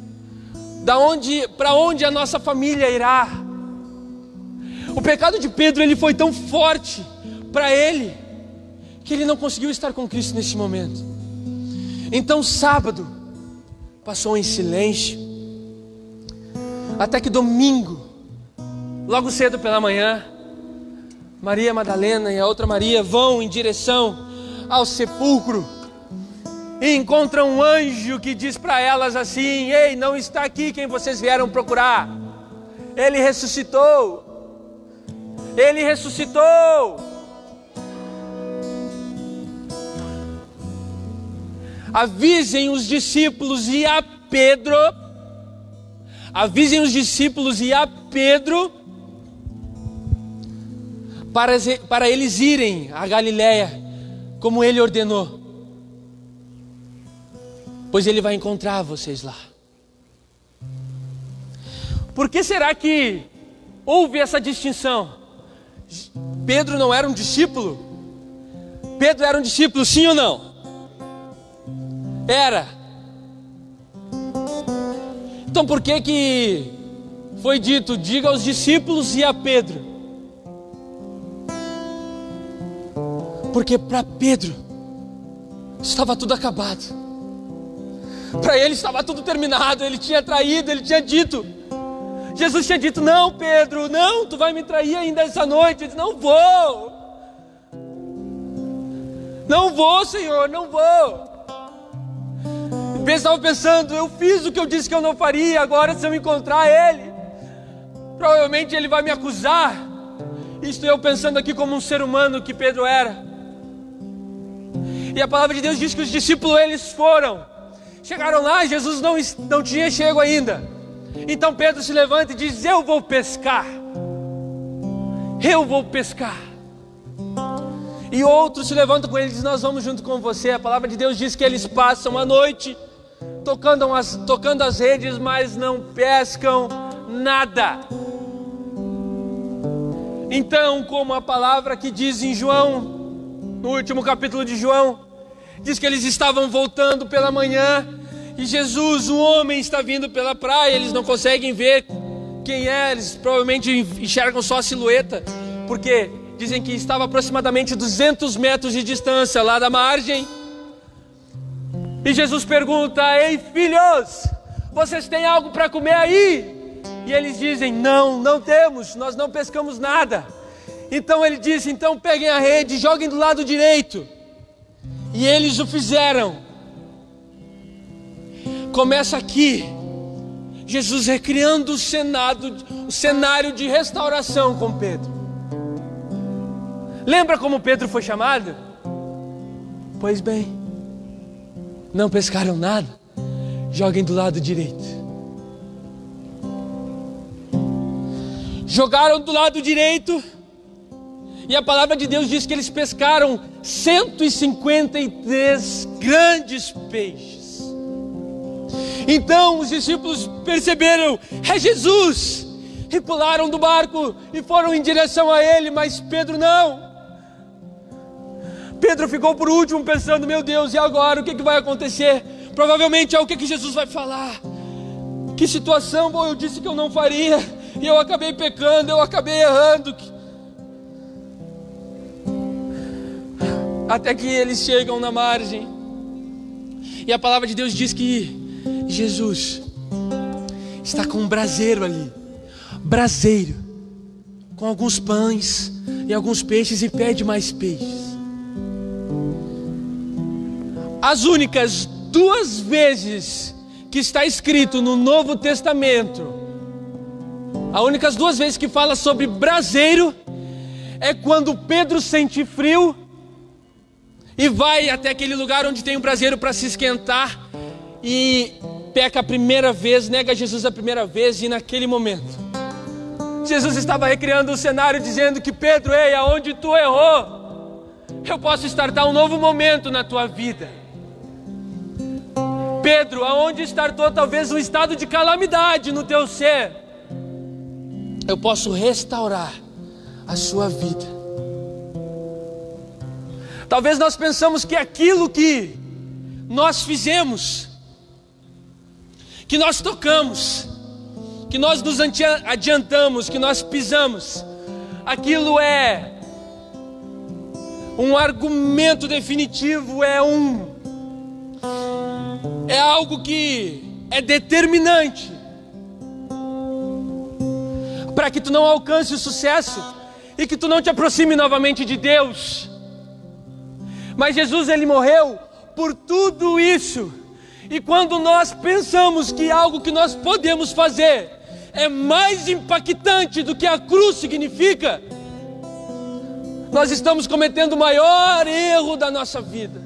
Speaker 1: para onde a nossa família irá. O pecado de Pedro, ele foi tão forte para ele, que ele não conseguiu estar com Cristo neste momento. Então sábado passou em silêncio, até que domingo, logo cedo pela manhã, Maria Madalena e a outra Maria vão em direção ao sepulcro e encontram um anjo que diz para elas assim: ei, não está aqui quem vocês vieram procurar, ele ressuscitou, ele ressuscitou. Avisem os discípulos e a Pedro, para eles irem a Galiléia, como ele ordenou, pois ele vai encontrar vocês lá. Por que será que houve essa distinção? Pedro não era um discípulo? Pedro era um discípulo, sim ou não? Era. Então por que foi dito, diga aos discípulos e a Pedro? Porque para Pedro estava tudo acabado. Para ele estava tudo terminado. Ele tinha traído, ele tinha dito. Jesus tinha dito: não, Pedro, não, tu vai me trair ainda essa noite. Ele disse: não vou. Não vou, Senhor, não vou. Pedro estava pensando: eu fiz o que eu disse que eu não faria. Agora se eu encontrar ele, provavelmente ele vai me acusar. Estou eu pensando aqui como um ser humano que Pedro era. E a palavra de Deus diz que os discípulos, eles chegaram lá, Jesus não tinha chego ainda. Então Pedro se levanta e diz: eu vou pescar. Eu vou pescar. E outros se levantam com ele e dizem: nós vamos junto com você. A palavra de Deus diz que eles passam a noite tocando as redes, mas não pescam nada. Então, como a palavra que diz em João, no último capítulo de João, diz que eles estavam voltando pela manhã e Jesus, o homem, está vindo pela praia. Eles não conseguem ver quem é, eles provavelmente enxergam só a silhueta, porque dizem que estava aproximadamente 200 metros de distância lá da margem E Jesus pergunta: ei, filhos, vocês têm algo para comer aí? E eles dizem: não temos, nós não pescamos nada. Então ele disse: então peguem a rede e joguem do lado direito. E eles o fizeram. Começa aqui Jesus recriando o cenário de restauração com Pedro. Lembra como Pedro foi chamado? Pois bem, não pescaram nada, joguem do lado direito. Jogaram do lado direito, e a palavra de Deus diz que eles pescaram 153 grandes peixes. Então os discípulos perceberam: é Jesus! E pularam do barco e foram em direção a ele, mas Pedro não. Pedro ficou por último pensando: meu Deus, e agora? O que vai acontecer? Provavelmente é o que Jesus vai falar. Que situação, bom, eu disse que eu não faria, e eu acabei pecando, eu acabei errando. Até que eles chegam na margem, e a palavra de Deus diz que Jesus está com um braseiro ali, com alguns pães e alguns peixes, e pede mais peixes. As únicas 2 vezes que está escrito no Novo Testamento, as únicas 2 vezes que fala sobre braseiro, é quando Pedro sente frio e vai até aquele lugar onde tem um braseiro para se esquentar, e peca a primeira vez, nega Jesus a primeira vez. E naquele momento Jesus estava recriando o cenário, dizendo que: Pedro, ei, aonde tu errou, eu posso startar um novo momento na tua vida. Pedro, aonde startou talvez um estado de calamidade no teu ser, eu posso restaurar a sua vida. Talvez nós pensamos que aquilo que nós fizemos, que nós tocamos, que nós nos adiantamos, que nós pisamos, aquilo é um argumento definitivo, é algo que é determinante para que tu não alcance o sucesso e que tu não te aproxime novamente de Deus. Mas Jesus, ele morreu por tudo isso. E quando nós pensamos que algo que nós podemos fazer é mais impactante do que a cruz significa, nós estamos cometendo o maior erro da nossa vida.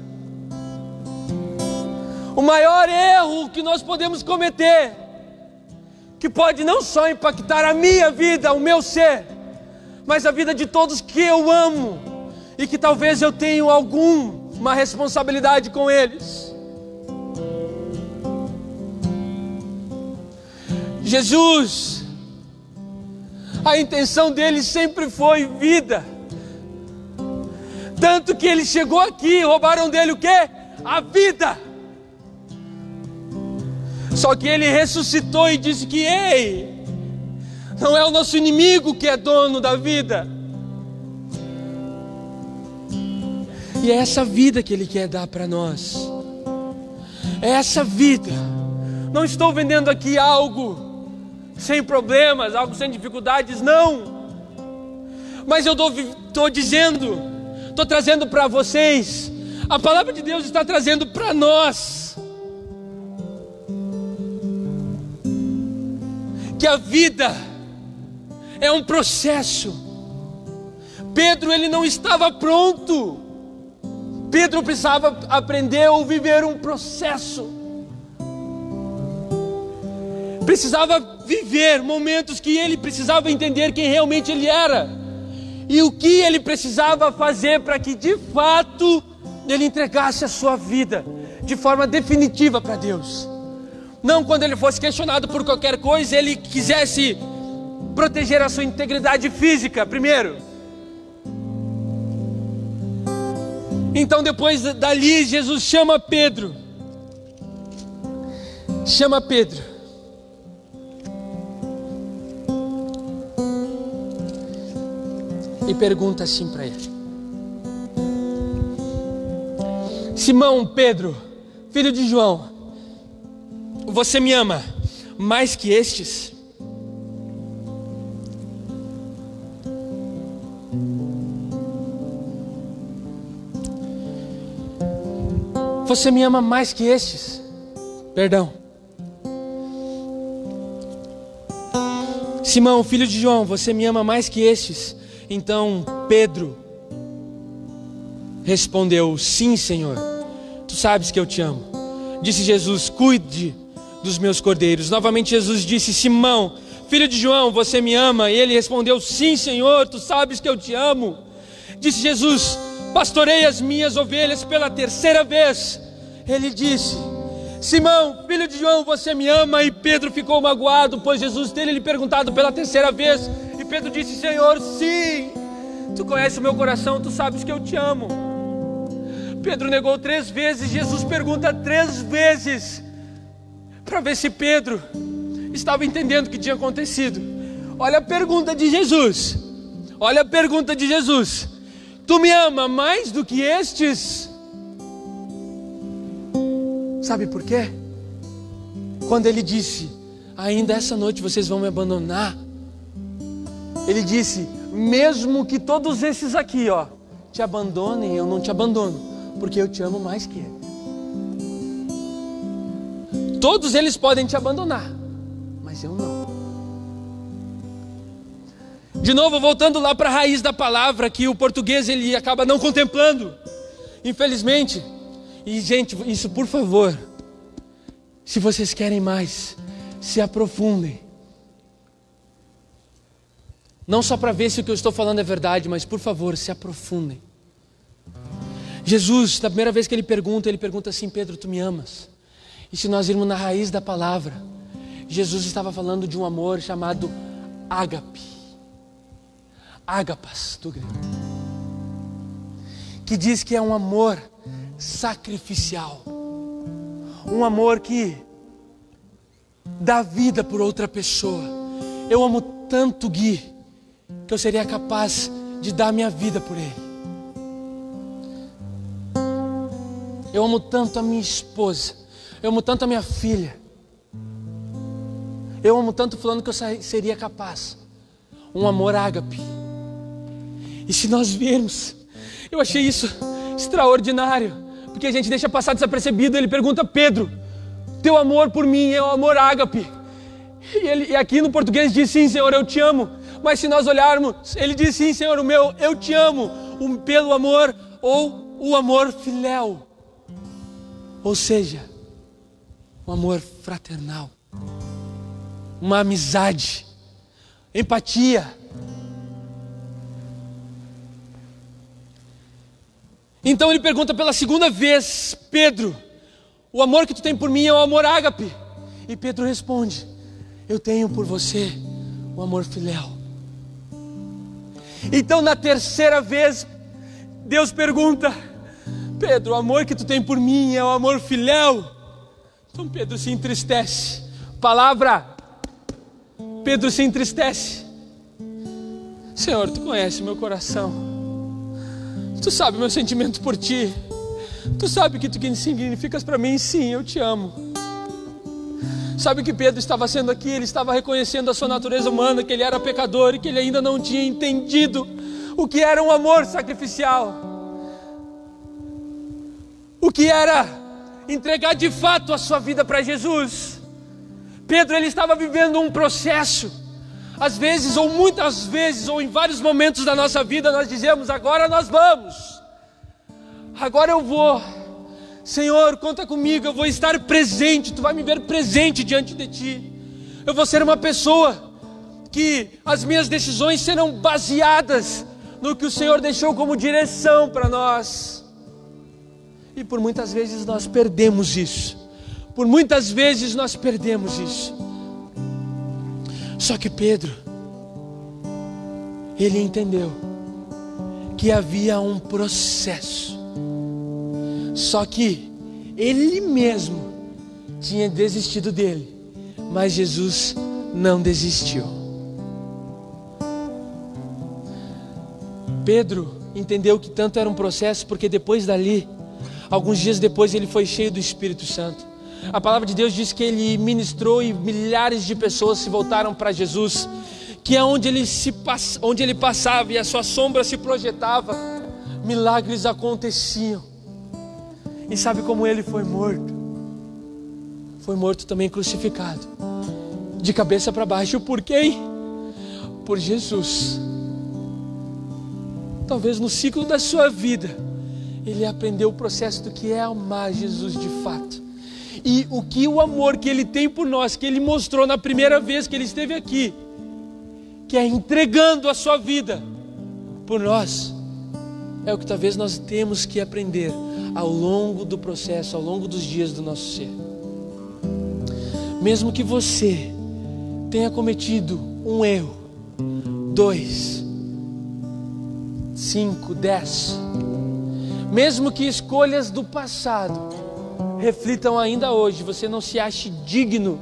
Speaker 1: O maior erro que nós podemos cometer, que pode não só impactar a minha vida, o meu ser, mas a vida de todos que eu amo e que talvez eu tenha alguma responsabilidade com eles. Jesus, a intenção dele sempre foi vida. Tanto que ele chegou aqui, roubaram dele o quê? A vida. Só que ele ressuscitou e disse que: ei, não é o nosso inimigo que é dono da vida. E é essa vida que ele quer dar para nós. É essa vida. Não estou vendendo aqui algo sem problemas, algo sem dificuldades, não. Mas eu estou dizendo, estou trazendo para vocês, a palavra de Deus está trazendo para nós, que a vida é um processo. Pedro, ele não estava pronto. Pedro precisava aprender ou viver um processo. Precisava viver momentos que ele precisava entender quem realmente ele era e o que ele precisava fazer para que de fato ele entregasse a sua vida de forma definitiva para Deus. Não quando ele fosse questionado por qualquer coisa, ele quisesse proteger a sua integridade física primeiro. Então depois dali Jesus chama Pedro. E pergunta assim para ele: Simão, Pedro, filho de João, você me ama mais que estes? Você me ama mais que estes? Perdão. Simão, filho de João, você me ama mais que estes? Então Pedro respondeu: sim, Senhor, tu sabes que eu te amo. Disse Jesus: cuide dos meus cordeiros. Novamente Jesus disse: Simão, filho de João, você me ama? E ele respondeu: sim, Senhor, tu sabes que eu te amo. Disse Jesus: pastorei as minhas ovelhas. Pela terceira vez ele disse: Simão, filho de João, você me ama? E Pedro ficou magoado, pois Jesus teria lhe perguntado pela terceira vez. E Pedro disse: Senhor, sim, tu conheces o meu coração, tu sabes que eu te amo. Pedro negou 3 vezes. Jesus pergunta 3 vezes para ver se Pedro estava entendendo o que tinha acontecido. Olha a pergunta de Jesus. Olha a pergunta de Jesus: tu me ama mais do que estes? Sabe por quê? Quando ele disse: ainda essa noite vocês vão me abandonar, ele disse: mesmo que todos esses aqui, te abandonem, eu não te abandono, porque eu te amo mais que eles. Todos eles podem te abandonar, mas eu não. De novo, voltando lá para a raiz da palavra, que o português ele acaba não contemplando, infelizmente. E gente, isso, por favor, se vocês querem mais, se aprofundem. Não só para ver se o que eu estou falando é verdade, mas por favor, se aprofundem. Jesus, na primeira vez que ele pergunta assim: Pedro, tu me amas? E se nós irmos na raiz da palavra, Jesus estava falando de um amor chamado ágape. Ágapas, do grego. Que diz que é um amor sacrificial. Um amor que dá vida por outra pessoa. Eu amo tanto Gui, que eu seria capaz de dar minha vida por ele. Eu amo tanto a minha esposa. Eu amo tanto a minha filha. Eu amo tanto fulano que eu seria capaz. Um amor ágape. E se nós virmos, eu achei isso extraordinário, porque a gente deixa passar desapercebido. Ele pergunta: Pedro, teu amor por mim é o amor ágape? E aqui no português diz: sim, Senhor, eu te amo. Mas se nós olharmos, ele diz: sim, Senhor, o meu, eu te amo, pelo amor, ou o amor filéu. Ou seja, um amor fraternal, uma amizade, empatia. Então ele pergunta pela segunda vez: Pedro, o amor que tu tem por mim é o amor ágape? E Pedro responde: eu tenho por você o amor filéu. Então na terceira vez Deus pergunta: Pedro, o amor que tu tem por mim é o amor filéu? Então Pedro se entristece. Palavra: Pedro se entristece. Senhor, tu conhece meu coração. Tu sabe meu sentimento por ti. Tu sabe que tu significas para mim. Sim, eu te amo. Sabe o que Pedro estava sendo aqui? Ele estava reconhecendo a sua natureza humana, que ele era pecador e que ele ainda não tinha entendido o que era um amor sacrificial. O que era entregar de fato a sua vida para Jesus. Pedro, ele estava vivendo um processo. Às vezes, ou muitas vezes, ou em vários momentos da nossa vida, nós dizemos: agora nós vamos, agora eu vou. Senhor, conta comigo, eu vou estar presente, tu vai me ver presente diante de ti. Eu vou ser uma pessoa que as minhas decisões serão baseadas no que o Senhor deixou como direção para nós. E por muitas vezes nós perdemos isso. Por muitas vezes nós perdemos isso. Só que Pedro, ele entendeu que havia um processo. Só que ele mesmo tinha desistido dele, mas Jesus não desistiu. Pedro entendeu que tanto era um processo, porque depois dali, Alguns dias depois ele foi cheio do Espírito Santo. A palavra de Deus diz que ele ministrou e milhares de pessoas se voltaram para Jesus, que é onde ele passava e a sua sombra se projetava, milagres aconteciam. E sabe como ele foi morto? Foi morto também crucificado, de cabeça para baixo. Por quem? Por Jesus. Talvez no ciclo da sua vida ele aprendeu o processo do que é amar Jesus de fato. E o amor que ele tem por nós, que ele mostrou na primeira vez que ele esteve aqui, que é entregando a sua vida por nós, é o que talvez nós temos que aprender ao longo do processo, ao longo dos dias do nosso ser. Mesmo que você tenha cometido um erro, 2, 5, 10, mesmo que escolhas do passado reflitam ainda hoje, você não se ache digno,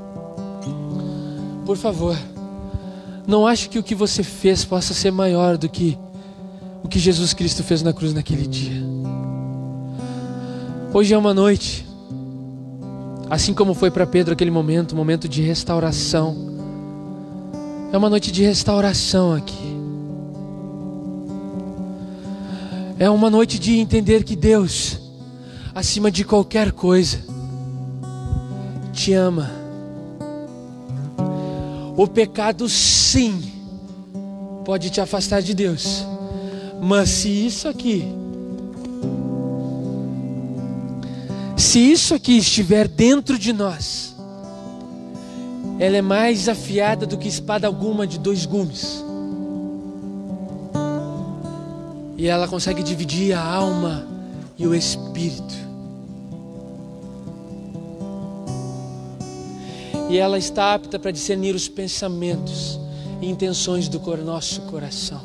Speaker 1: por favor, não ache que o que você fez possa ser maior do que o que Jesus Cristo fez na cruz naquele dia. Hoje é uma noite, assim como foi para Pedro aquele momento, um momento de restauração. É uma noite de restauração aqui. É uma noite de entender que Deus, acima de qualquer coisa, te ama. O pecado, sim, pode te afastar de Deus, mas se isso aqui estiver dentro de nós, ela é mais afiada do que espada alguma de 2 gumes. E ela consegue dividir a alma e o espírito. E ela está apta para discernir os pensamentos e intenções do nosso coração.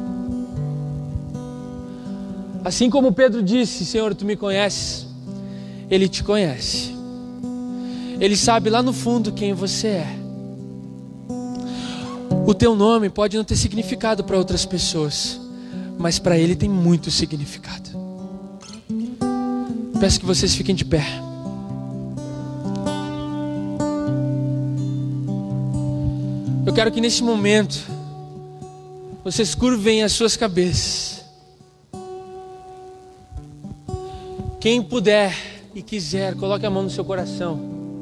Speaker 1: Assim como Pedro disse: Senhor, tu me conheces. Ele te conhece. Ele sabe lá no fundo quem você é. O teu nome pode não ter significado para outras pessoas, mas para Ele tem muito significado. Peço que vocês fiquem de pé. Eu quero que nesse momento vocês curvem as suas cabeças. Quem puder e quiser, coloque a mão no seu coração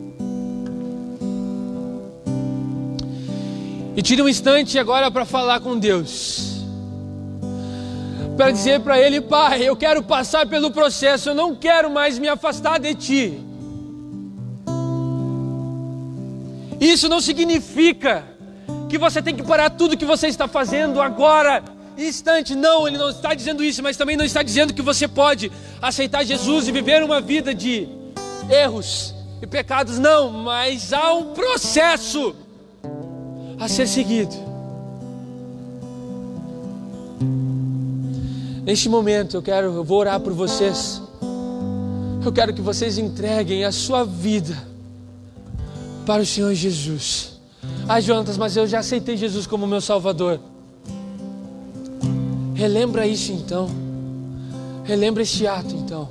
Speaker 1: e tire um instante agora para falar com Deus, para dizer para Ele: Pai, eu quero passar pelo processo, eu não quero mais me afastar de Ti. Isso não significa que você tem que parar tudo que você está fazendo agora, instante. Não, Ele não está dizendo isso, mas também não está dizendo que você pode aceitar Jesus e viver uma vida de erros e pecados. Não, mas há um processo a ser seguido. Neste momento eu vou orar por vocês. Eu quero que vocês entreguem a sua vida para o Senhor Jesus. Jonatas, mas eu já aceitei Jesus como meu Salvador. Relembra isso então. Relembra este ato então.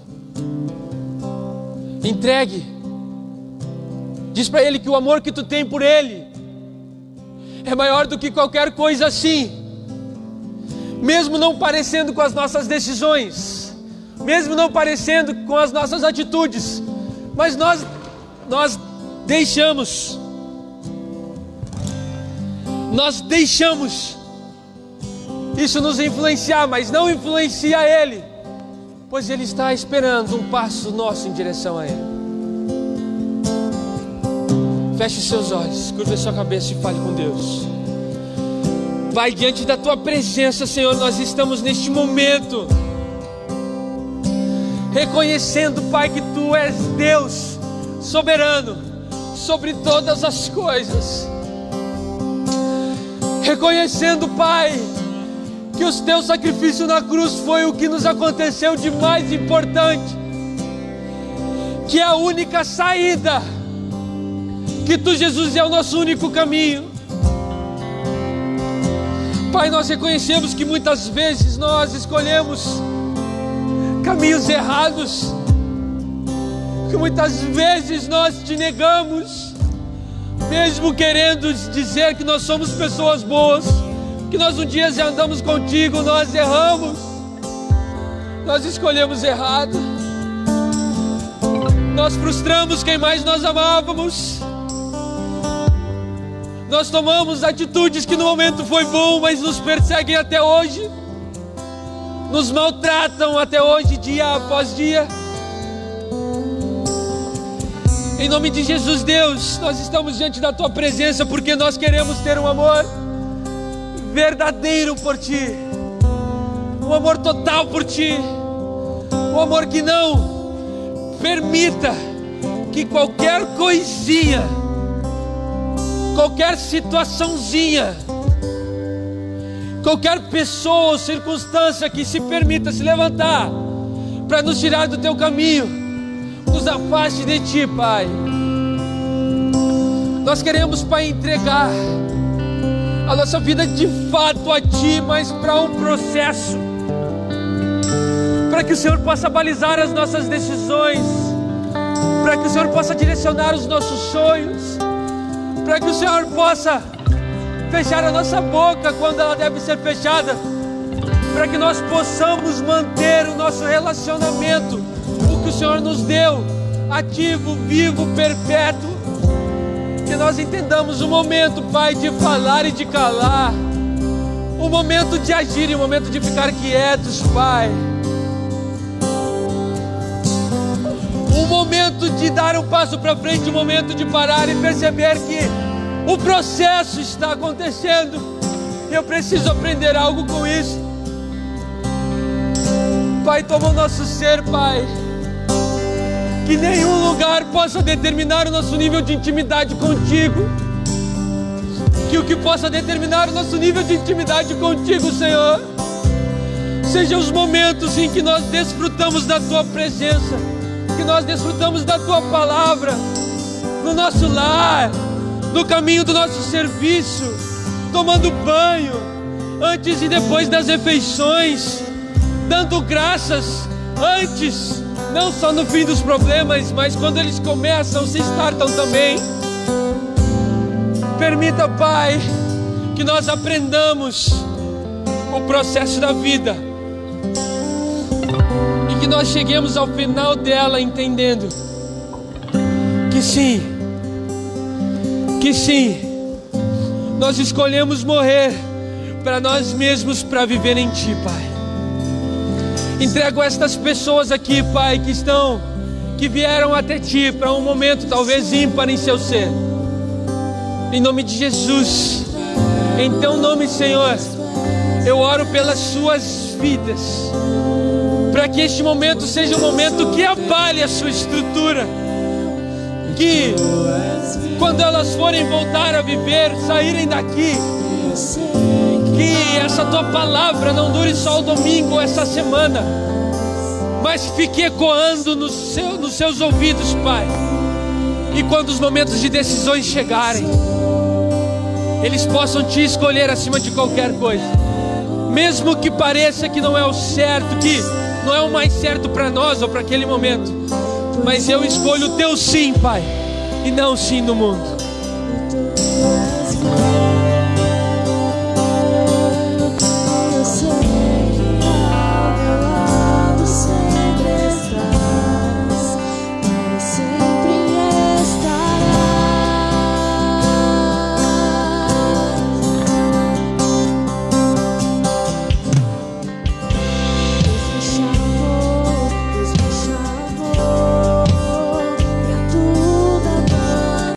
Speaker 1: Entregue. Diz para Ele que o amor que tu tem por Ele é maior do que qualquer coisa assim. Mesmo não parecendo com as nossas decisões, mesmo não parecendo com as nossas atitudes, mas nós deixamos isso nos influenciar, mas não influencia Ele, pois Ele está esperando um passo nosso em direção a Ele. Feche os seus olhos, curva a sua cabeça e fale com Deus. Pai, diante da Tua presença, Senhor, nós estamos neste momento reconhecendo, Pai, que Tu és Deus soberano sobre todas as coisas. Reconhecendo, Pai, que o Teu sacrifício na cruz foi o que nos aconteceu de mais importante, que é a única saída, que Tu, Jesus, é o nosso único caminho. Pai, nós reconhecemos que muitas vezes nós escolhemos caminhos errados, que muitas vezes nós te negamos, mesmo querendo dizer que nós somos pessoas boas, que nós um dia já andamos contigo, nós erramos, nós escolhemos errado, nós frustramos quem mais nós amávamos, nós tomamos atitudes que no momento foi bom, mas nos perseguem até hoje, nos maltratam até hoje, dia após dia. Em nome de Jesus, Deus, nós estamos diante da Tua presença porque nós queremos ter um amor verdadeiro por Ti, um amor total por Ti, um amor que não permita que qualquer coisinha, qualquer situaçãozinha, qualquer pessoa ou circunstância que se permita se levantar para nos tirar do Teu caminho, nos afaste de Ti, Pai. Nós queremos, Pai, entregar a nossa vida de fato a Ti, mas para um processo, para que o Senhor possa balizar as nossas decisões, para que o Senhor possa direcionar os nossos sonhos, para que o Senhor possa fechar a nossa boca quando ela deve ser fechada, para que nós possamos manter o nosso relacionamento, o que o Senhor nos deu, ativo, vivo, perpétuo. Que nós entendamos o momento, Pai, de falar e de calar, o momento de agir e o momento de ficar quietos, Pai, o momento de dar um passo para frente, o momento de parar e perceber que o processo está acontecendo. Eu preciso aprender algo com isso. Pai, toma o nosso ser, Pai. Que nenhum lugar possa determinar o nosso nível de intimidade contigo. Que o que possa determinar o nosso nível de intimidade contigo, Senhor, sejam os momentos em que nós desfrutamos da Tua presença, que nós desfrutamos da Tua palavra, no nosso lar, no caminho do nosso serviço, tomando banho, antes e depois das refeições, dando graças antes, não só no fim dos problemas, mas quando eles começam, se startam também. Permita, Pai, que nós aprendamos o processo da vida e que nós cheguemos ao final dela entendendo que sim, nós escolhemos morrer para nós mesmos, para viver em Ti, Pai. Entrego estas pessoas aqui, Pai, que vieram até Ti para um momento talvez ímpar em seu ser. Em nome de Jesus, em Teu nome, Senhor, eu oro pelas suas vidas, para que este momento seja um momento que abale a sua estrutura, que quando elas forem voltar a viver, saírem daqui, que essa Tua palavra não dure só o domingo ou essa semana, mas fique ecoando nos seus ouvidos, Pai. E quando os momentos de decisões chegarem, eles possam Te escolher acima de qualquer coisa, mesmo que pareça que não é o certo, que não é o mais certo para nós ou para aquele momento, mas eu escolho o Teu sim, Pai, e não o sim do mundo.